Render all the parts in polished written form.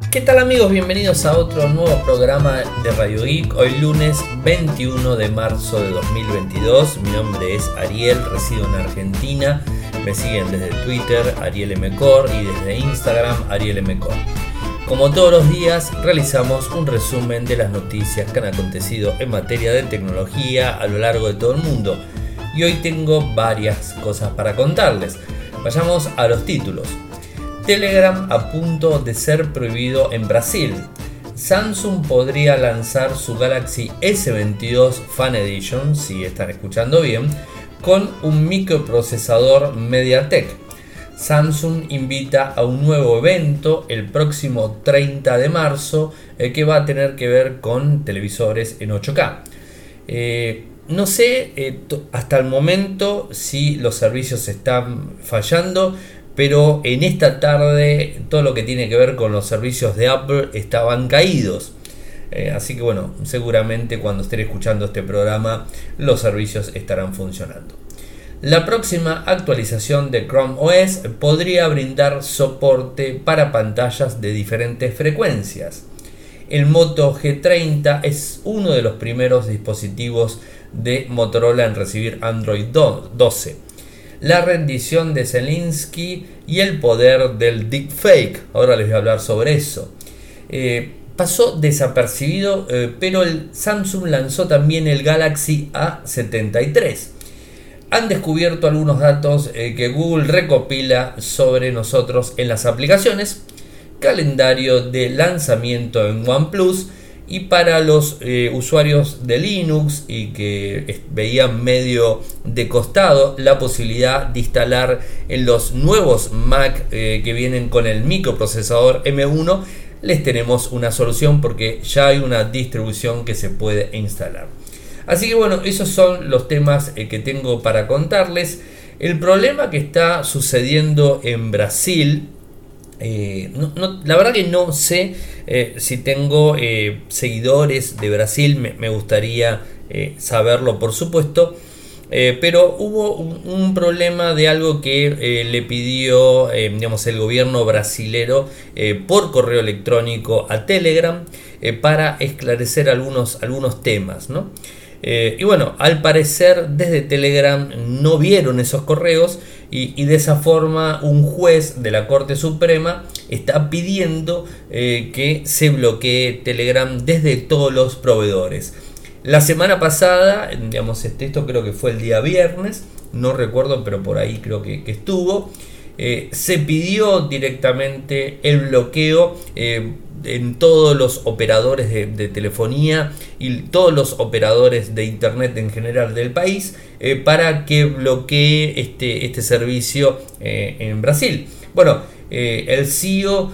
¿Qué tal amigos? Bienvenidos a otro nuevo programa de Radio Geek. Hoy lunes 21 de marzo de 2022. Mi nombre es Ariel, resido en Argentina. Me siguen desde Twitter, Ariel Mcor, y desde Instagram, Ariel Mcor. Como todos los días, realizamos un resumen de las noticias que han acontecido en materia de tecnología a lo largo de todo el mundo. Y hoy tengo varias cosas para contarles. Vayamos a los títulos. Telegram a punto de ser prohibido en Brasil. Samsung podría lanzar su Galaxy S22 Fan Edition, si están escuchando bien, con un microprocesador MediaTek. Samsung invita a un nuevo evento el próximo 30 de marzo que va a tener que ver con televisores en 8K. No sé hasta el momento si los servicios están fallando, pero en esta tarde todo lo que tiene que ver con los servicios de Apple estaban caídos. Así que bueno, seguramente cuando estén escuchando este programa los servicios estarán funcionando. La próxima actualización de Chrome OS podría brindar soporte para pantallas de diferentes frecuencias. El Moto G30 es uno de los primeros dispositivos de Motorola en recibir Android 12. La rendición de Zelensky y el poder del deepfake. Ahora les voy a hablar sobre eso. Pasó desapercibido, pero el Samsung lanzó también el Galaxy A73. Han descubierto algunos datos que Google recopila sobre nosotros en las aplicaciones. Calendario de lanzamiento en OnePlus. Y para los usuarios de Linux y que veían medio de costado la posibilidad de instalar en los nuevos Mac que vienen con el microprocesador M1, les tenemos una solución porque ya hay una distribución que se puede instalar. Así que bueno, esos son los temas que tengo para contarles. El problema que está sucediendo en Brasil, la verdad que no sé si tengo seguidores de Brasil, me gustaría saberlo por supuesto, pero hubo un problema de algo que le pidió el gobierno brasilero por correo electrónico a Telegram para esclarecer algunos temas, ¿no? Y bueno, al parecer desde Telegram no vieron esos correos y de esa forma un juez de la Corte Suprema está pidiendo que se bloquee Telegram desde todos los proveedores. La semana pasada, esto creo que fue el día viernes, no recuerdo, pero por ahí creo que estuvo, se pidió directamente el bloqueo en todos los operadores de telefonía y todos los operadores de internet en general del país para que bloquee este servicio en Brasil. Bueno, el CEO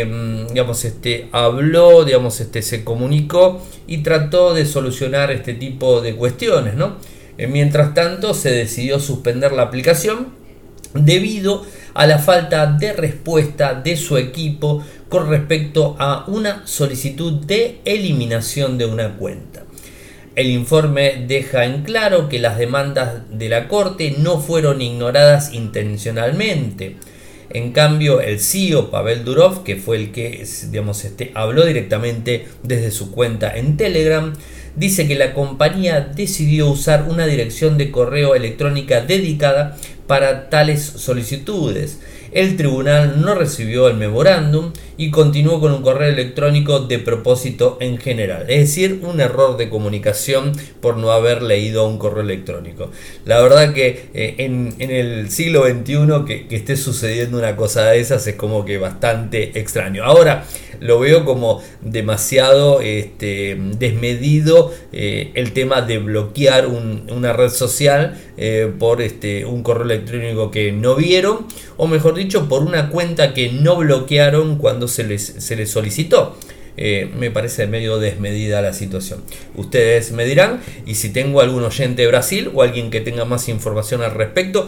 habló, se comunicó y trató de solucionar este tipo de cuestiones, ¿no? Mientras tanto se decidió suspender la aplicación debido a la falta de respuesta de su equipo con respecto a una solicitud de eliminación de una cuenta. El informe deja en claro que las demandas de la Corte no fueron ignoradas intencionalmente. En cambio, el CEO Pavel Durov, que fue el que habló directamente desde su cuenta en Telegram, dice que la compañía decidió usar una dirección de correo electrónica dedicada para tales solicitudes. El tribunal no recibió el memorándum y continuó con un correo electrónico de propósito en general, es decir, un error de comunicación por no haber leído un correo electrónico. La verdad que en el siglo XXI que esté sucediendo una cosa de esas es como que bastante extraño. Ahora lo veo como demasiado desmedido el tema de bloquear una red social por un correo electrónico que no vieron, o mejor dicho, por una cuenta que no bloquearon cuando se les solicitó. Me parece medio desmedida la situación. Ustedes me dirán, y si tengo algún oyente de Brasil o alguien que tenga más información al respecto,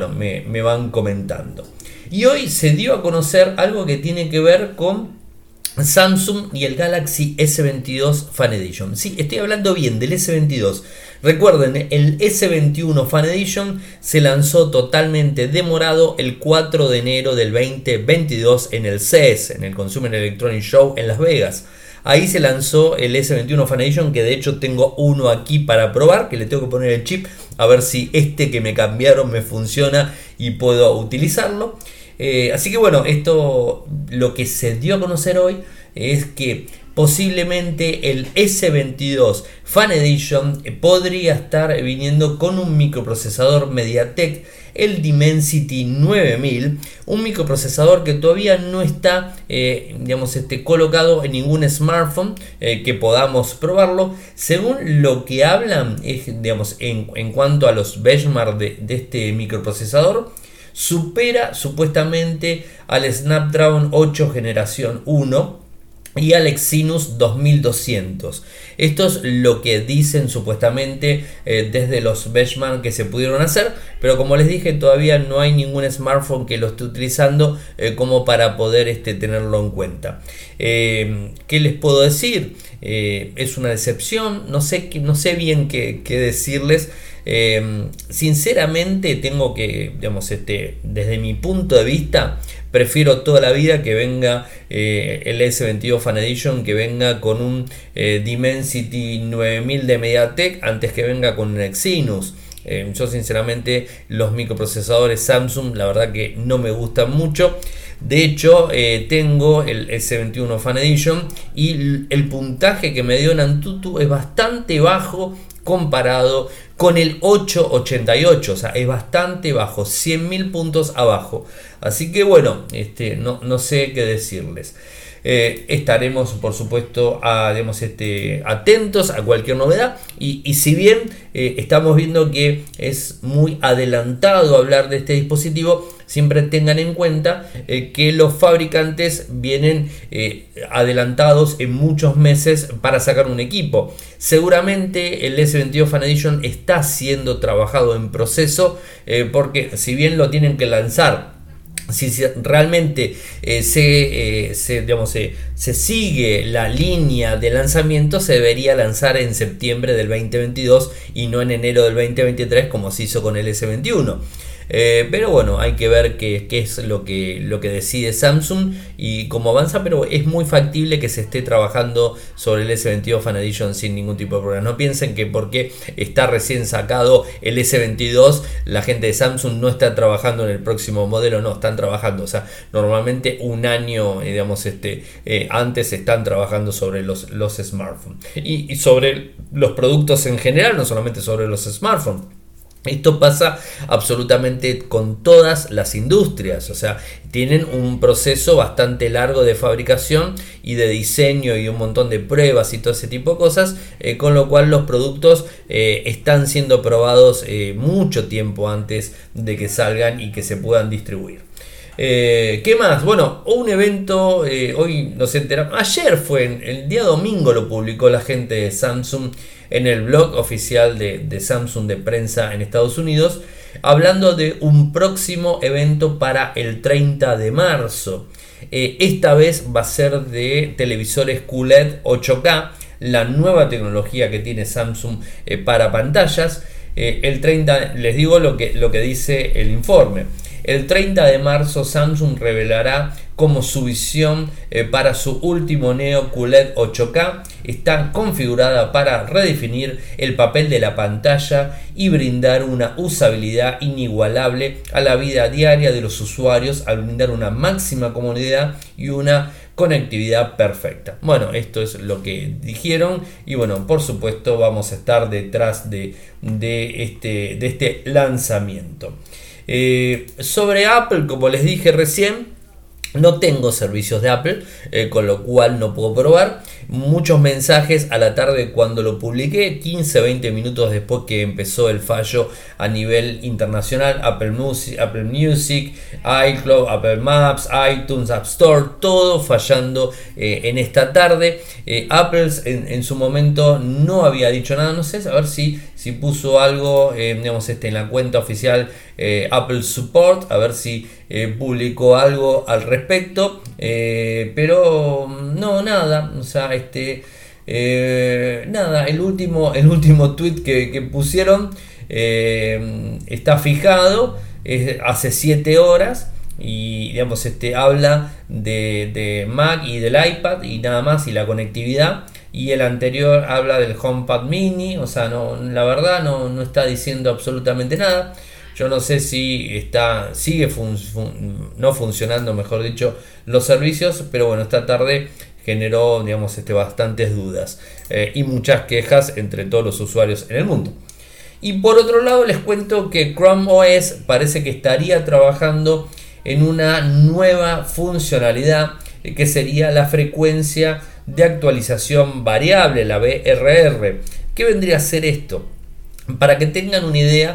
me van comentando. Y hoy se dio a conocer algo que tiene que ver con Samsung y el Galaxy S22 Fan Edition. Sí, estoy hablando bien del S22. Recuerden, el S21 Fan Edition se lanzó totalmente demorado el 4 de enero del 2022 en el CES, en el Consumer Electronics Show en Las Vegas. Ahí se lanzó el S21 Fan Edition, que de hecho tengo uno aquí para probar, que le tengo que poner el chip a ver si este que me cambiaron me funciona y puedo utilizarlo. Así que bueno, esto lo que se dio a conocer hoy es que posiblemente el S22 Fan Edition podría estar viniendo con un microprocesador MediaTek, el Dimensity 9000, un microprocesador que todavía no está colocado en ningún smartphone que podamos probarlo. Según lo que hablan en cuanto a los benchmarks de este microprocesador, supera supuestamente al Snapdragon 8 generación 1 y al Exynos 2200. Esto es lo que dicen supuestamente desde los benchmarks que se pudieron hacer, pero como les dije, todavía no hay ningún smartphone que lo esté utilizando como para poder tenerlo en cuenta. ¿Qué les puedo decir? Es una decepción, no sé bien qué decirles. Sinceramente tengo que, desde mi punto de vista, prefiero toda la vida que venga el S22 Fan Edition, que venga con un Dimensity 9000 de MediaTek antes que venga con un Exynos. Yo sinceramente los microprocesadores Samsung la verdad que no me gustan mucho. De hecho tengo el S21 Fan Edition y el puntaje que me dio en Antutu es bastante bajo comparado con el 888, o sea, es bastante bajo, 100.000 puntos abajo. Así que bueno, no sé qué decirles. Estaremos por supuesto atentos a cualquier novedad y si bien estamos viendo que es muy adelantado hablar de este dispositivo, siempre tengan en cuenta que los fabricantes vienen adelantados en muchos meses para sacar un equipo. Seguramente el S22 Fan Edition está siendo trabajado en proceso porque si bien lo tienen que lanzar, si realmente se sigue la línea de lanzamiento, se debería lanzar en septiembre del 2022 y no en enero del 2023 como se hizo con el S21. Pero bueno, hay que ver qué es lo que decide Samsung y cómo avanza, pero es muy factible que se esté trabajando sobre el S22 Fan Edition sin ningún tipo de problema. No piensen que porque está recién sacado el S22 la gente de Samsung no está trabajando en el próximo modelo, no, están trabajando, o sea, normalmente un año antes están trabajando sobre los smartphones y sobre los productos en general, no solamente sobre los smartphones. Esto pasa absolutamente con todas las industrias, o sea, tienen un proceso bastante largo de fabricación y de diseño y un montón de pruebas y todo ese tipo de cosas, con lo cual los productos están siendo probados mucho tiempo antes de que salgan y que se puedan distribuir. ¿Qué más? Bueno, un evento, hoy nos enteramos, ayer el día domingo lo publicó la gente de Samsung en el blog oficial de Samsung de prensa en Estados Unidos, hablando de un próximo evento para el 30 de marzo. Esta vez va a ser de televisores QLED 8K, la nueva tecnología que tiene Samsung para pantallas. El 30, les digo lo que dice el informe. El 30 de marzo Samsung revelará como su visión para su último Neo QLED 8K. Está configurada para redefinir el papel de la pantalla y brindar una usabilidad inigualable a la vida diaria de los usuarios al brindar una máxima comodidad y una conectividad perfecta. Bueno, esto es lo que dijeron y bueno, por supuesto vamos a estar detrás de este lanzamiento. Sobre Apple, como les dije recién, no tengo servicios de Apple, con lo cual no puedo probar. Muchos mensajes a la tarde cuando lo publiqué, 15-20 minutos después que empezó el fallo a nivel internacional. Apple Music, iCloud, Apple Maps, iTunes, App Store, todo fallando en esta tarde. Apple en su momento no había dicho nada, no sé, a ver si si puso algo digamos, en la cuenta oficial Apple Support, a ver si publicó algo al respecto, pero no, nada, o sea, nada, el último tweet que pusieron está fijado, hace 7 horas. Y digamos, habla de Mac y del iPad y nada más, y la conectividad. Y el anterior habla del HomePod Mini, o sea, no, la verdad no está diciendo absolutamente nada. Yo no sé si sigue no funcionando, mejor dicho, los servicios, pero bueno, esta tarde generó, digamos, bastantes dudas y muchas quejas entre todos los usuarios en el mundo. Y por otro lado, les cuento que Chrome OS parece que estaría trabajando en una nueva funcionalidad que sería la frecuencia de actualización variable, la VRR. ¿Qué vendría a ser esto? Para que tengan una idea,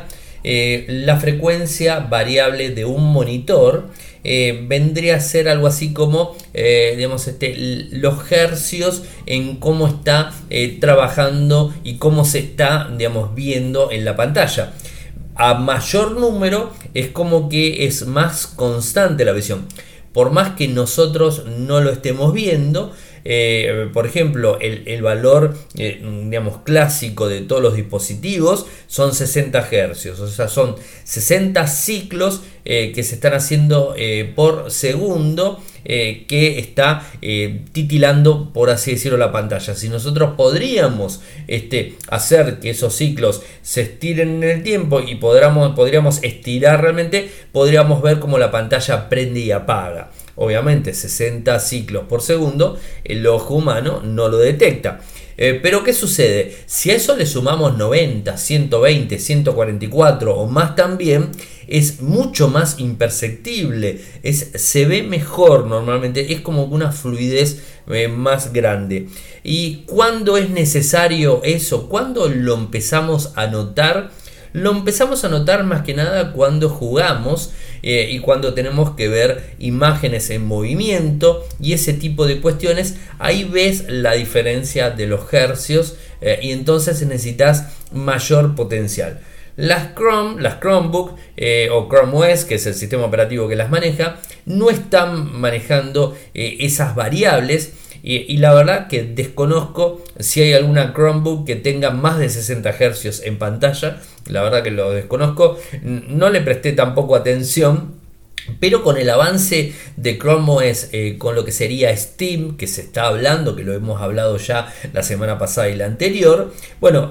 la frecuencia variable de un monitor vendría a ser algo así como digamos, los hercios en cómo está trabajando y cómo se está, digamos, viendo en la pantalla. A mayor número es como que es más constante la visión. Por más que nosotros no lo estemos viendo, por ejemplo, el valor digamos, clásico de todos los dispositivos son 60 Hz, o sea, son 60 ciclos que se están haciendo por segundo, que está titilando, por así decirlo, la pantalla. Si nosotros podríamos hacer que esos ciclos se estiren en el tiempo y podríamos estirar realmente, podríamos ver cómo la pantalla prende y apaga. Obviamente 60 ciclos por segundo el ojo humano no lo detecta. Pero ¿qué sucede? Si a eso le sumamos 90, 120, 144 o más también, es mucho más imperceptible, se ve mejor normalmente, es como una fluidez más grande. ¿Y cuándo es necesario eso? ¿Cuándo lo empezamos a notar? Lo empezamos a notar más que nada cuando jugamos y cuando tenemos que ver imágenes en movimiento y ese tipo de cuestiones. Ahí ves la diferencia de los hercios y entonces necesitas mayor potencial. Las Chromebook o Chrome OS, que es el sistema operativo que las maneja, no están manejando esas variables. Y la verdad que desconozco si hay alguna Chromebook que tenga más de 60 Hz en pantalla. La verdad que lo desconozco. No le presté tampoco atención. Pero con el avance de Chrome OS, con lo que sería Steam, que se está hablando, que lo hemos hablado ya la semana pasada y la anterior, bueno,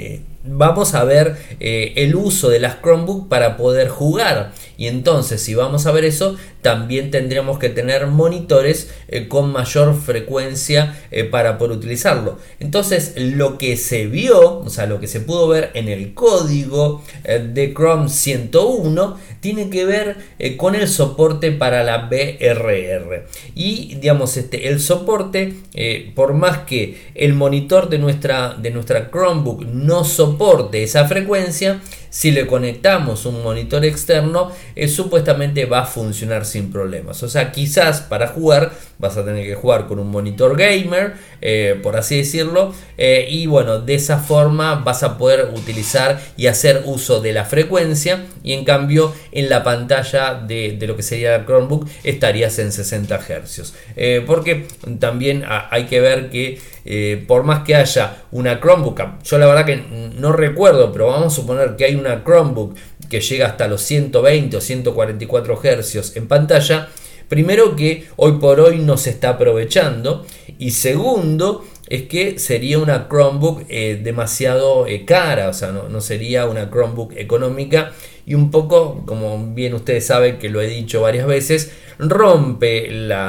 vamos a ver el uso de las Chromebook para poder jugar. Y entonces, si vamos a ver eso, también tendríamos que tener monitores con mayor frecuencia para poder utilizarlo. Entonces, lo que se vio, o sea, lo que se pudo ver en el código de Chrome 101 tiene que ver con el soporte para la VRR. Y digamos, el soporte, por más que el monitor de nuestra Chromebook no soporte esa frecuencia, si le conectamos un monitor externo, supuestamente va a funcionar sin problemas. O sea, quizás para jugar vas a tener que jugar con un monitor gamer, por así decirlo, y bueno, de esa forma vas a poder utilizar y hacer uso de la frecuencia, y en cambio en la pantalla de lo que sería la Chromebook estarías en 60 Hz. Porque también hay que ver que por más que haya una Chromebook, yo la verdad que no recuerdo, pero vamos a suponer que hay una Chromebook que llega hasta los 120 o 144 Hz en pantalla. Primero, que hoy por hoy no se está aprovechando, y segundo es que sería una Chromebook demasiado cara, o sea, no sería una Chromebook económica, y un poco, como bien ustedes saben que lo he dicho varias veces, rompe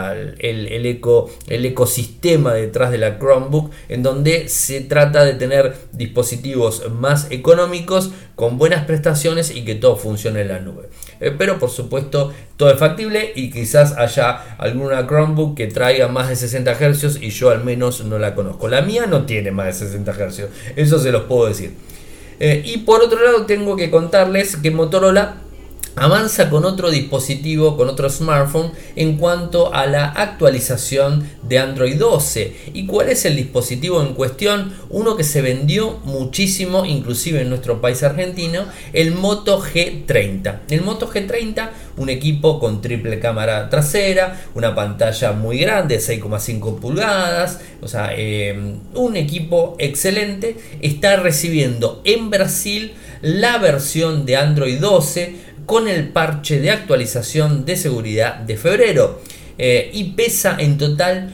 el ecosistema detrás de la Chromebook, en donde se trata de tener dispositivos más económicos con buenas prestaciones y que todo funcione en la nube. Pero por supuesto todo es factible, y quizás haya alguna Chromebook que traiga más de 60 Hz y yo al menos no la conozco. La mía no tiene más de 60 Hz, eso se los puedo decir. Y por otro lado tengo que contarles que Motorola avanza con otro dispositivo, con otro smartphone en cuanto a la actualización de Android 12. ¿Y cuál es el dispositivo en cuestión? Uno que se vendió muchísimo, inclusive en nuestro país argentino, el Moto G30. El Moto G30, un equipo con triple cámara trasera, una pantalla muy grande, 6,5 pulgadas, o sea, un equipo excelente. Está recibiendo en Brasil la versión de Android 12 con el parche de actualización de seguridad de febrero, y pesa en total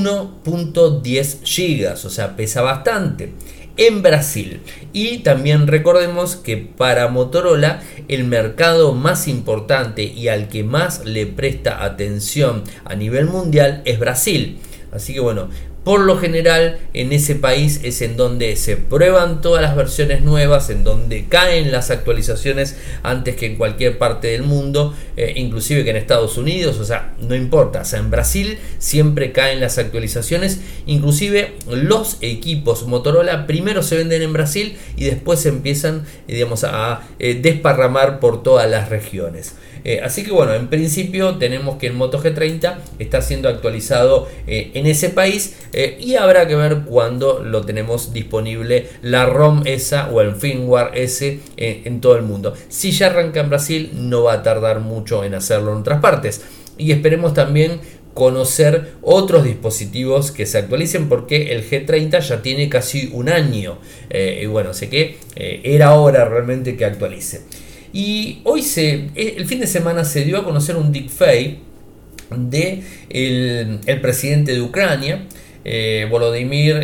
1.10 GB, o sea, pesa bastante en Brasil. Y también recordemos que para Motorola el mercado más importante y al que más le presta atención a nivel mundial es Brasil. Así que bueno, por lo general en ese país es en donde se prueban todas las versiones nuevas, en donde caen las actualizaciones antes que en cualquier parte del mundo, inclusive que en Estados Unidos, o sea, no importa, o sea, en Brasil siempre caen las actualizaciones, inclusive los equipos Motorola primero se venden en Brasil y después se empiezan, digamos, a desparramar por todas las regiones. Así que bueno, en principio tenemos que el Moto G30 está siendo actualizado en ese país, y habrá que ver cuándo lo tenemos disponible la ROM esa o el firmware ese en todo el mundo. Si ya arranca en Brasil, no va a tardar mucho en hacerlo en otras partes. Y esperemos también conocer otros dispositivos que se actualicen, porque el G30 ya tiene casi un año, y bueno, sé que era hora realmente que actualice. Y hoy el fin de semana se dio a conocer un deepfake de el presidente de Ucrania, Volodymyr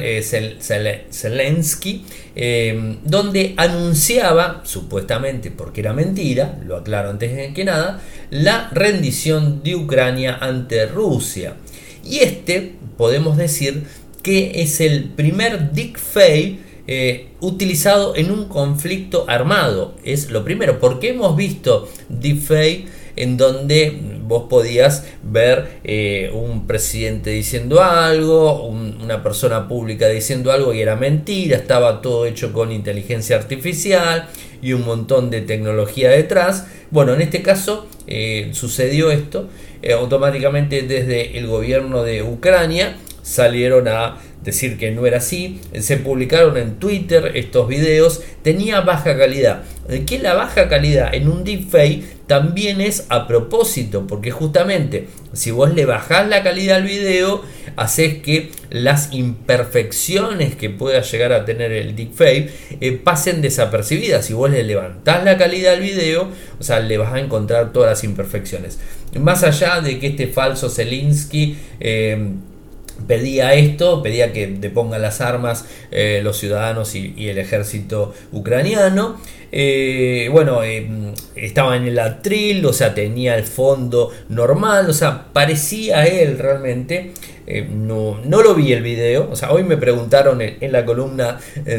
Zelensky, donde anunciaba, supuestamente porque era mentira, lo aclaro antes que nada, la rendición de Ucrania ante Rusia. Y podemos decir que es el primer deepfake utilizado en un conflicto armado. Es lo primero, porque hemos visto deepfake en donde vos podías ver un presidente diciendo algo, una persona pública diciendo algo y era mentira, estaba todo hecho con inteligencia artificial y un montón de tecnología detrás. Bueno, en este caso sucedió esto, automáticamente desde el gobierno de Ucrania salieron a decir que no era así, se publicaron en Twitter estos videos, tenía baja calidad, que la baja calidad en un deepfake también es a propósito, porque justamente si vos le bajás la calidad al video, haces que las imperfecciones que pueda llegar a tener el deepfake pasen desapercibidas. Si vos le levantás la calidad al video, o sea, le vas a encontrar todas las imperfecciones. Más allá de que este falso Zelensky pedía que depongan las armas los ciudadanos y el ejército ucraniano. Estaba en el atril, o sea, tenía el fondo normal, o sea, parecía él realmente. No lo vi el video, o sea, hoy me preguntaron en la columna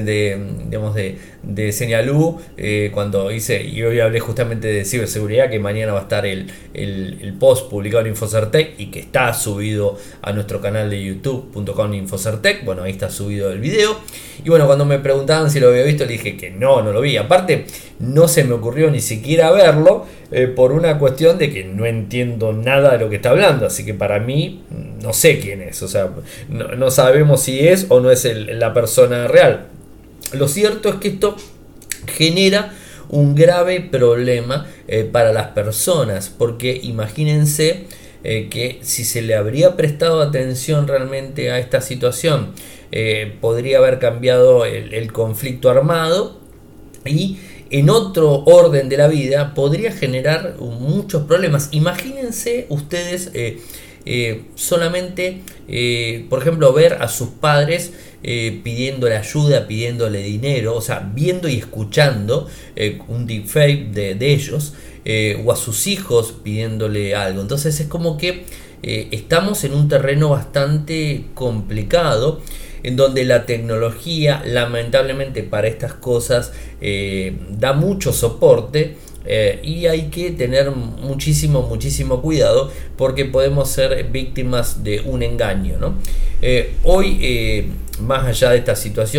de Señalú, cuando y hoy hablé justamente de ciberseguridad, que mañana va a estar el post publicado en Infocertec y que está subido a nuestro canal de youtube.com/Infocertec. Bueno, ahí está subido el video. Y bueno, cuando me preguntaban si lo había visto, le dije que no lo vi. Aparte, no se me ocurrió ni siquiera verlo, por una cuestión de que no entiendo nada de lo que está hablando. Así que para mí, no sé quién es. O sea, no sabemos si es o no es la persona real. Lo cierto es que esto genera un grave problema para las personas, porque imagínense que si se le habría prestado atención realmente a esta situación, podría haber cambiado el conflicto armado, y en otro orden de la vida podría generar muchos problemas. Imagínense ustedes solamente, por ejemplo, ver a sus padres pidiéndole ayuda, pidiéndole dinero, o sea, viendo y escuchando un deepfake de ellos, o a sus hijos pidiéndole algo. Entonces es como que estamos en un terreno bastante complicado, en donde la tecnología, lamentablemente para estas cosas, da mucho soporte, y hay que tener muchísimo cuidado, porque podemos ser víctimas de un engaño, ¿no? Hoy, más allá de esta situación,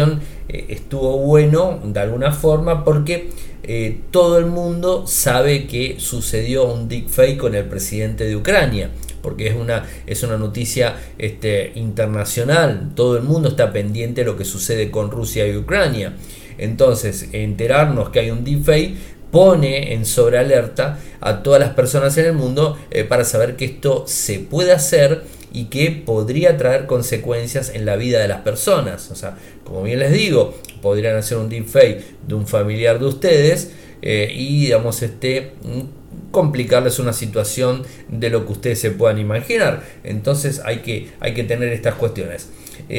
estuvo bueno de alguna forma porque todo el mundo sabe que sucedió un deepfake con el presidente de Ucrania, porque es una noticia internacional. Todo el mundo está pendiente de lo que sucede con Rusia y Ucrania. Entonces, enterarnos que hay un deepfake pone en sobrealerta a todas las personas en el mundo para saber que esto se puede hacer y que podría traer consecuencias en la vida de las personas. O sea, como bien les digo, podrían hacer un deepfake de un familiar de ustedes y digamos complicarles una situación de lo que ustedes se puedan imaginar. Entonces hay que tener estas cuestiones.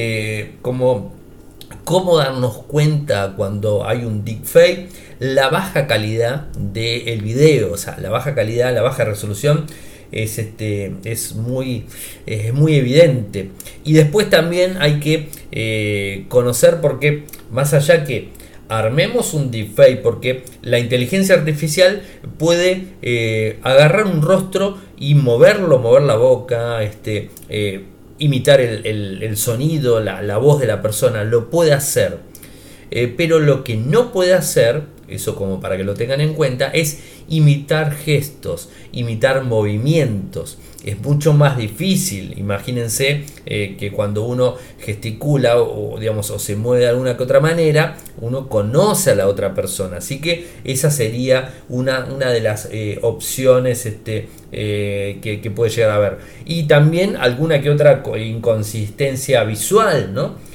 ¿Cómo darnos cuenta cuando hay un deepfake? La baja calidad del video, o sea, la baja calidad, la baja resolución es muy evidente. Y después también hay que conocer, porque más allá que armemos un deepfake, porque la inteligencia artificial puede agarrar un rostro y mover la boca, imitar el sonido, la voz de la persona, lo puede hacer. Pero lo que no puede hacer, eso como para que lo tengan en cuenta, es imitar gestos, imitar movimientos. Es mucho más difícil. Imagínense que cuando uno gesticula o se mueve de alguna que otra manera, uno conoce a la otra persona. Así que esa sería una de las opciones que puede llegar a haber. Y también alguna que otra inconsistencia visual, ¿no?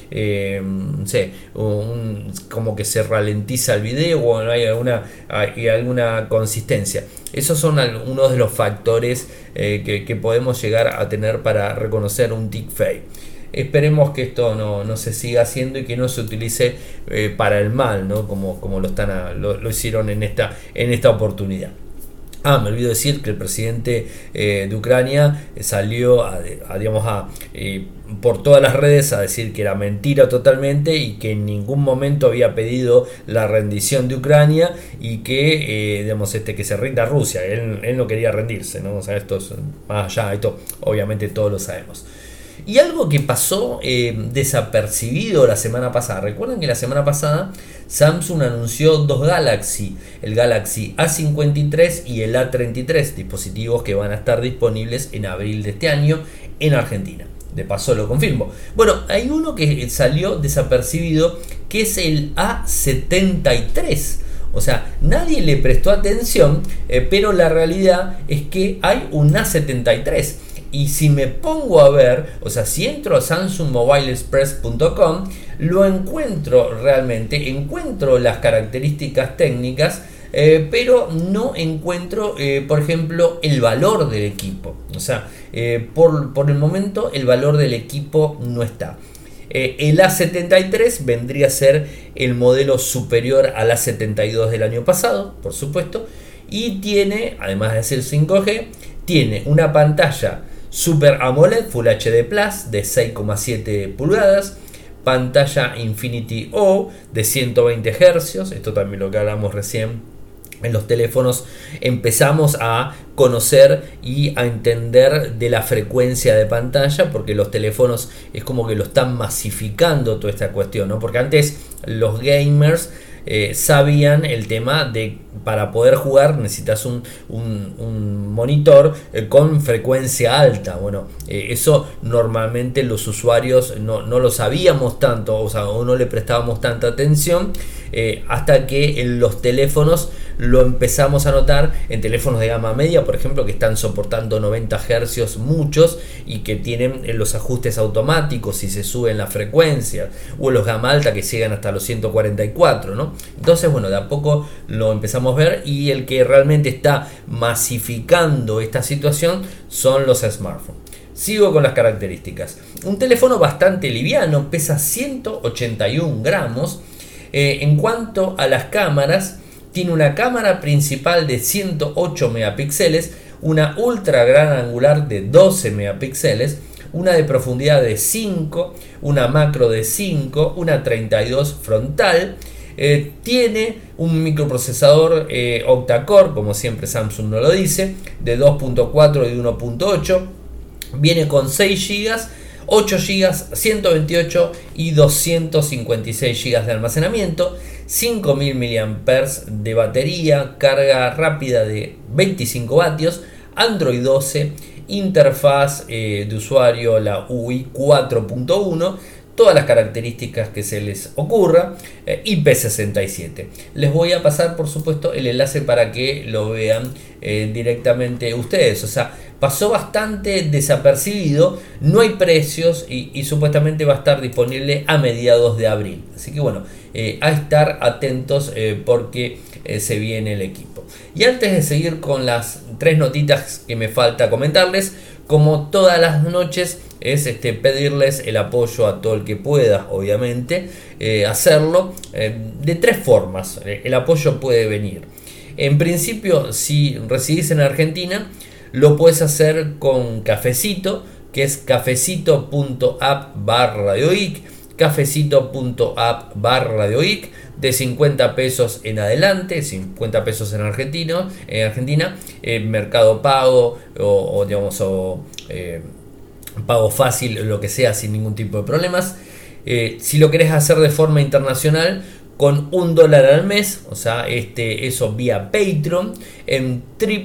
Como que se ralentiza el video o no hay alguna consistencia. Esos son algunos de los factores que podemos llegar a tener para reconocer un deepfake. Esperemos que esto no se siga haciendo y que no se utilice para el mal, ¿no? Como lo hicieron en esta oportunidad. Me olvido decir que el presidente de Ucrania salió por todas las redes a decir que era mentira totalmente y que en ningún momento había pedido la rendición de Ucrania y que que se rinda Rusia. Él no quería rendirse, ¿no? O sea, esto es más allá, esto obviamente todos lo sabemos. Y algo que pasó desapercibido la semana pasada. Recuerden que la semana pasada Samsung anunció dos Galaxy, el Galaxy A53 y el A33, dispositivos que van a estar disponibles en abril de este año en Argentina. De paso lo confirmo. Bueno, hay uno que salió desapercibido, que es el A73. O sea, nadie le prestó atención, pero la realidad es que hay un A73. Y si me pongo a ver, o sea, si entro a samsungmobileexpress.com, lo encuentro las características técnicas, pero no encuentro, por ejemplo, el valor del equipo. O sea, por el momento el valor del equipo no está. El A73 vendría a ser el modelo superior al A72 del año pasado, por supuesto, y tiene, además de ser 5G, tiene una pantalla Super AMOLED Full HD Plus de 6,7 pulgadas, pantalla Infinity O de 120 Hz, esto también lo que hablamos recién. En los teléfonos empezamos a conocer y a entender de la frecuencia de pantalla, porque los teléfonos es como que lo están masificando toda esta cuestión, ¿no? Porque antes los gamers sabían el tema de para poder jugar necesitas un monitor con frecuencia alta. Bueno, eso normalmente los usuarios no lo sabíamos tanto, o no le prestábamos tanta atención, hasta que en los teléfonos lo empezamos a notar, en teléfonos de gama media, por ejemplo, que están soportando 90 Hz muchos y que tienen los ajustes automáticos si se suben la frecuencia, o los gama alta que llegan hasta los 144, ¿no? Entonces, bueno, de a poco lo empezamos a ver, y el que realmente está masificando esta situación son los smartphones. Sigo con las características. Un teléfono bastante liviano, pesa 181 gramos. En cuanto a las cámaras, tiene una cámara principal de 108 megapíxeles, una ultra gran angular de 12 megapíxeles, una de profundidad de 5, una macro de 5, una 32 frontal. Tiene un microprocesador octa-core, como siempre Samsung no lo dice, de 2.4 y 1.8. Viene con 6 GB 8 GB, 128 y 256 GB de almacenamiento, 5000 mAh de batería, carga rápida de 25 vatios, Android 12, interfaz de usuario la UI 4.1, todas las características que se les ocurra, IP67. Les voy a pasar, por supuesto, el enlace para que lo vean directamente ustedes. O sea, pasó bastante desapercibido, no hay precios y supuestamente va a estar disponible a mediados de abril. Así que bueno, a estar atentos porque se viene el equipo. Y antes de seguir con las 3 notitas que me falta comentarles, como todas las noches, es pedirles el apoyo a todo el que pueda, obviamente, hacerlo de 3 formas. El apoyo puede venir. En principio, si residís en Argentina, lo puedes hacer con Cafecito, que es cafecito.app/radioic, cafecito.app/radioic, de 50 pesos en adelante, 50 pesos en Argentina, Mercado Pago o pago fácil, lo que sea, sin ningún tipo de problemas. Si lo querés hacer de forma internacional, con $1 al mes, o sea, eso vía Patreon, en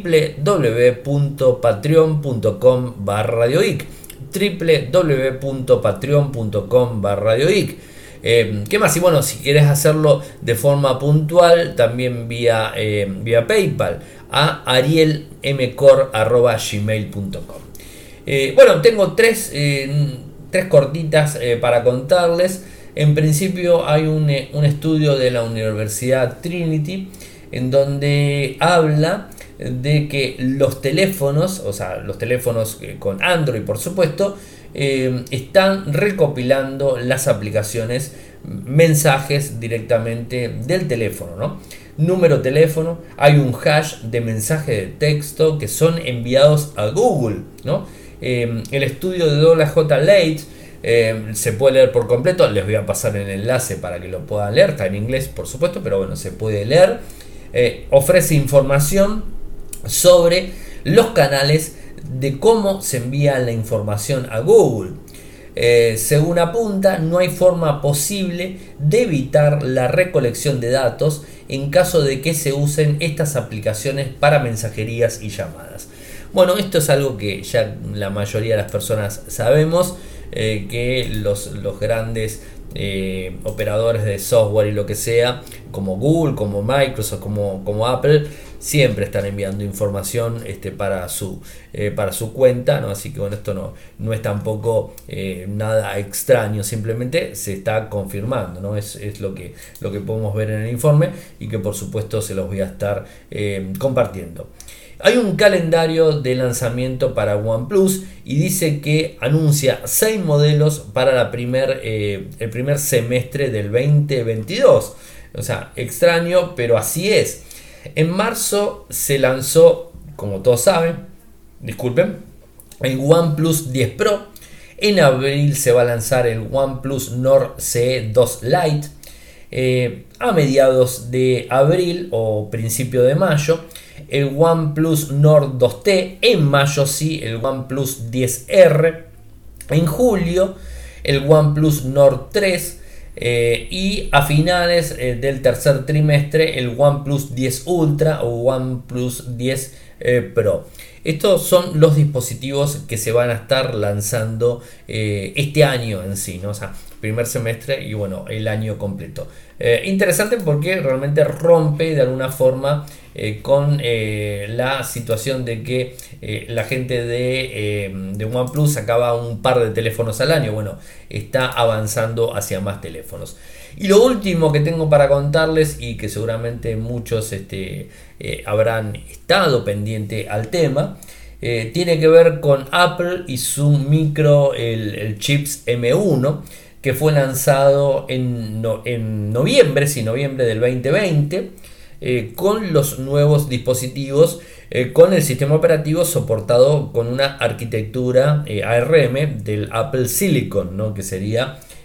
www.patreon.com/radioic, www.patreon.com/radioic. ¿Qué más? Y bueno, si quieres hacerlo de forma puntual, también vía PayPal a arielmcor@gmail.com. Bueno, tengo tres cortitas para contarles. En principio hay un estudio de la Universidad Trinity en donde habla de que los teléfonos, o sea, los teléfonos con Android, por supuesto, están recopilando las aplicaciones, mensajes directamente del teléfono, ¿no? Número teléfono, hay un hash de mensaje de texto que son enviados a Google, ¿no? El estudio de Douglas J. Leite se puede leer por completo, les voy a pasar el enlace para que lo puedan leer, está en inglés por supuesto, pero bueno, se puede leer. Ofrece información sobre los canales de cómo se envía la información a Google. Según apunta, no hay forma posible de evitar la recolección de datos en caso de que se usen estas aplicaciones para mensajerías y llamadas. Bueno, esto es algo que ya la mayoría de las personas sabemos, que los grandes operadores de software y lo que sea, como Google, como Microsoft, como Apple, siempre están enviando información para su cuenta, ¿no? Así que bueno, esto no es tampoco nada extraño, simplemente se está confirmando, ¿no? Es lo que podemos ver en el informe y que por supuesto se los voy a estar compartiendo. Hay un calendario de lanzamiento para OnePlus y dice que anuncia 6 modelos para el primer semestre del 2022. O sea, extraño, pero así es. En marzo se lanzó, como todos saben, el OnePlus 10 Pro. En abril se va a lanzar el OnePlus Nord CE 2 Lite. A mediados de abril o principio de mayo, el OnePlus Nord 2T. En mayo sí, el OnePlus 10R. En julio, el OnePlus Nord 3. Y a finales del tercer trimestre, el OnePlus 10 Ultra o OnePlus 10 Pro. Estos son los dispositivos que se van a estar lanzando este año en sí, ¿no? O sea, primer semestre y bueno, el año completo. Interesante porque realmente rompe de alguna forma con la situación de que la gente de OnePlus sacaba un par de teléfonos al año. Bueno, está avanzando hacia más teléfonos. Y lo último que tengo para contarles, y que seguramente muchos habrán estado pendiente al tema, tiene que ver con Apple y su micro, el chips M1, que fue lanzado en noviembre del 2020, con los nuevos dispositivos, con el sistema operativo soportado con una arquitectura ARM del Apple Silicon, ¿no? Que sería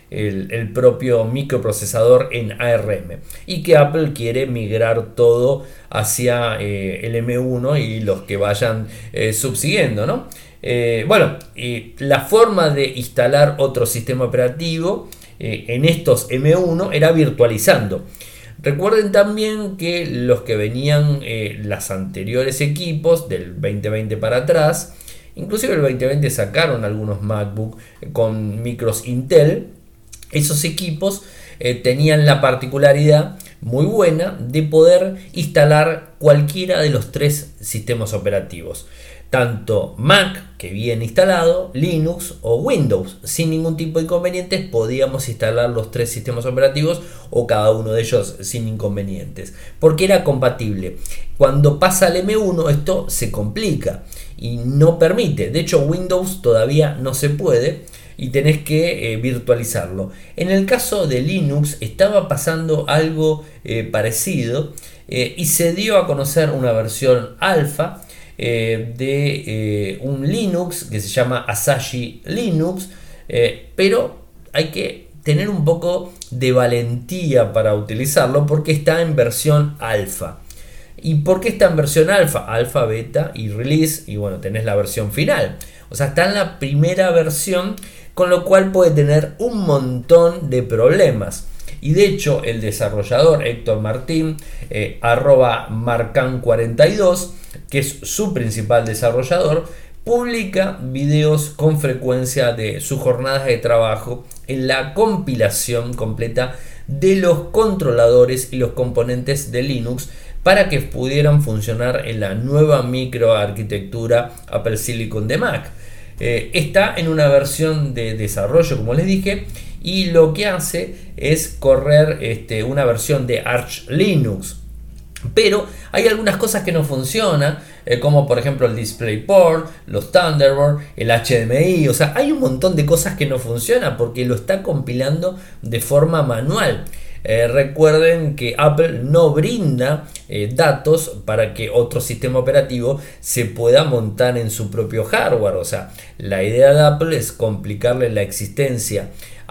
el propio microprocesador en ARM, y que Apple quiere migrar todo hacia el M1 y los que vayan subsiguiendo, ¿no? La forma de instalar otro sistema operativo en estos M1 era virtualizando. Recuerden también que los que venían los anteriores equipos del 2020 para atrás, inclusive el 2020 sacaron algunos MacBook con micros Intel. Esos equipos tenían la particularidad muy buena de poder instalar cualquiera de los 3 sistemas operativos. Tanto Mac, que viene instalado, Linux o Windows. Sin ningún tipo de inconvenientes podíamos instalar los 3 sistemas operativos o cada uno de ellos sin inconvenientes, porque era compatible. Cuando pasa al M1 esto se complica y no permite. De hecho, Windows todavía no se puede y tenés que virtualizarlo. En el caso de Linux estaba pasando algo parecido y se dio a conocer una versión alfa de un Linux que se llama Asahi Linux, pero hay que tener un poco de valentía para utilizarlo porque está en versión alfa. ¿Y por qué está en versión alfa? Alfa, beta y release, y bueno, tenés la versión final. O sea, está en la primera versión, con lo cual puede tener un montón de problemas. Y de hecho, el desarrollador Héctor Martín, @marcan42, que es su principal desarrollador, publica videos con frecuencia de sus jornadas de trabajo en la compilación completa de los controladores y los componentes de Linux para que pudieran funcionar en la nueva microarquitectura Apple Silicon de Mac. Está en una versión de desarrollo, como les dije, y lo que hace es correr una versión de Arch Linux. Pero hay algunas cosas que no funcionan, como por ejemplo el DisplayPort, los Thunderbolt, el HDMI. O sea, hay un montón de cosas que no funcionan porque lo está compilando de forma manual. Recuerden que Apple no brinda datos para que otro sistema operativo se pueda montar en su propio hardware. O sea, la idea de Apple es complicarle la existencia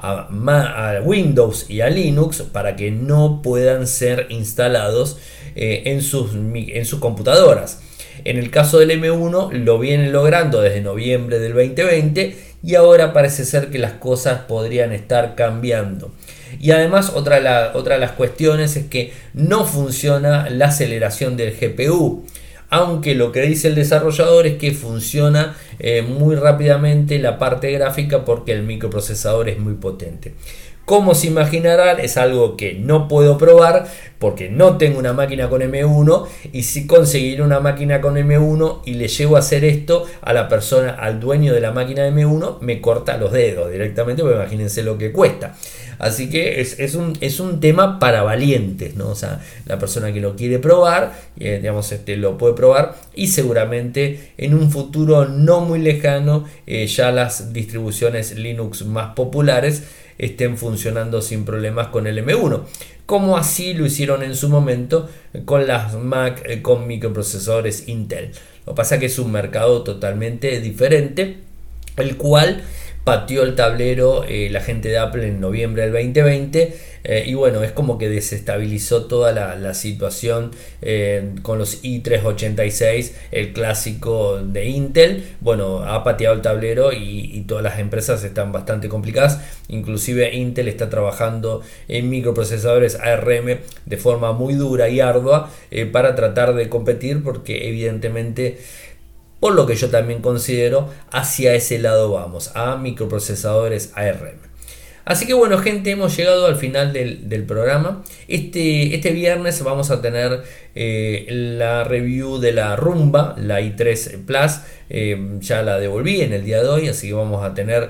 a Windows y a Linux para que no puedan ser instalados en sus computadoras. En el caso del M1 lo vienen logrando desde noviembre del 2020 y ahora parece ser que las cosas podrían estar cambiando. Y además otra de las cuestiones es que no funciona la aceleración del GPU, aunque lo que dice el desarrollador es que funciona muy rápidamente la parte gráfica porque el microprocesador es muy potente. Como se imaginarán, es algo que no puedo probar porque no tengo una máquina con M1, y si conseguiré una máquina con M1 y le llego a hacer esto a la persona, al dueño de la máquina de M1, me corta los dedos directamente, porque imagínense lo que cuesta. Así que es un tema para valientes, ¿no? O sea, la persona que lo quiere probar, lo puede probar, y seguramente en un futuro no muy lejano ya las distribuciones Linux más populares estén funcionando sin problemas con el M1, como así lo hicieron en su momento con las Mac con microprocesadores Intel. Lo que pasa es que es un mercado totalmente diferente, el cual pateó el tablero la gente de Apple en noviembre del 2020, y bueno, es como que desestabilizó toda la situación con los i386, el clásico de Intel. Bueno, ha pateado el tablero y todas las empresas están bastante complicadas. Inclusive Intel está trabajando en microprocesadores ARM de forma muy dura y ardua para tratar de competir, porque evidentemente, por lo que yo también considero, hacia ese lado vamos, a microprocesadores ARM. Así que bueno, gente, hemos llegado al final del programa. Este viernes vamos a tener la review de la Rumba, la i3 Plus. Ya la devolví en el día de hoy, así que vamos a tener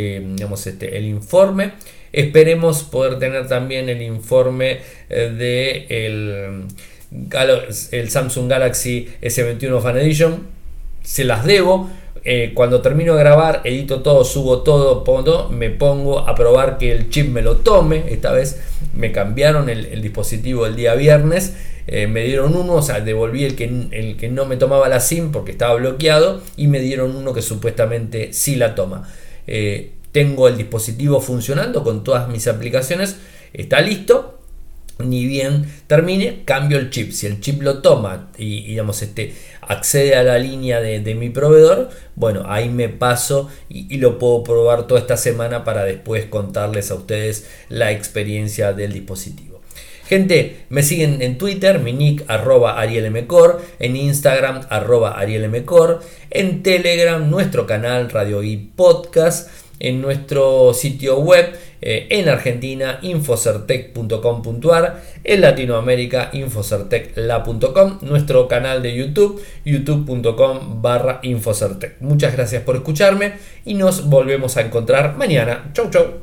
el informe. Esperemos poder tener también el informe de el Samsung Galaxy S21 Fan Edition. Se las debo. Cuando termino de grabar, edito todo, subo todo, me pongo a probar que el chip me lo tome. Esta vez me cambiaron el dispositivo el día viernes, me dieron uno, o sea, devolví el que no me tomaba la SIM porque estaba bloqueado, y me dieron uno que supuestamente sí la toma. tengo el dispositivo funcionando con todas mis aplicaciones, está listo. Ni bien termine, cambio el chip. Si el chip lo toma y digamos accede a la línea de mi proveedor, bueno, ahí me paso y lo puedo probar toda esta semana para después contarles a ustedes la experiencia del dispositivo. Gente, me siguen en Twitter, mi nick @arielmcor, en Instagram @arielmcor, en Telegram, nuestro canal Radio y Podcast, en nuestro sitio web, en Argentina infocertec.com.ar, en Latinoamérica infocertecla.com, nuestro canal de YouTube youtube.com/infocertec. Muchas gracias por escucharme y nos volvemos a encontrar mañana. Chau chau.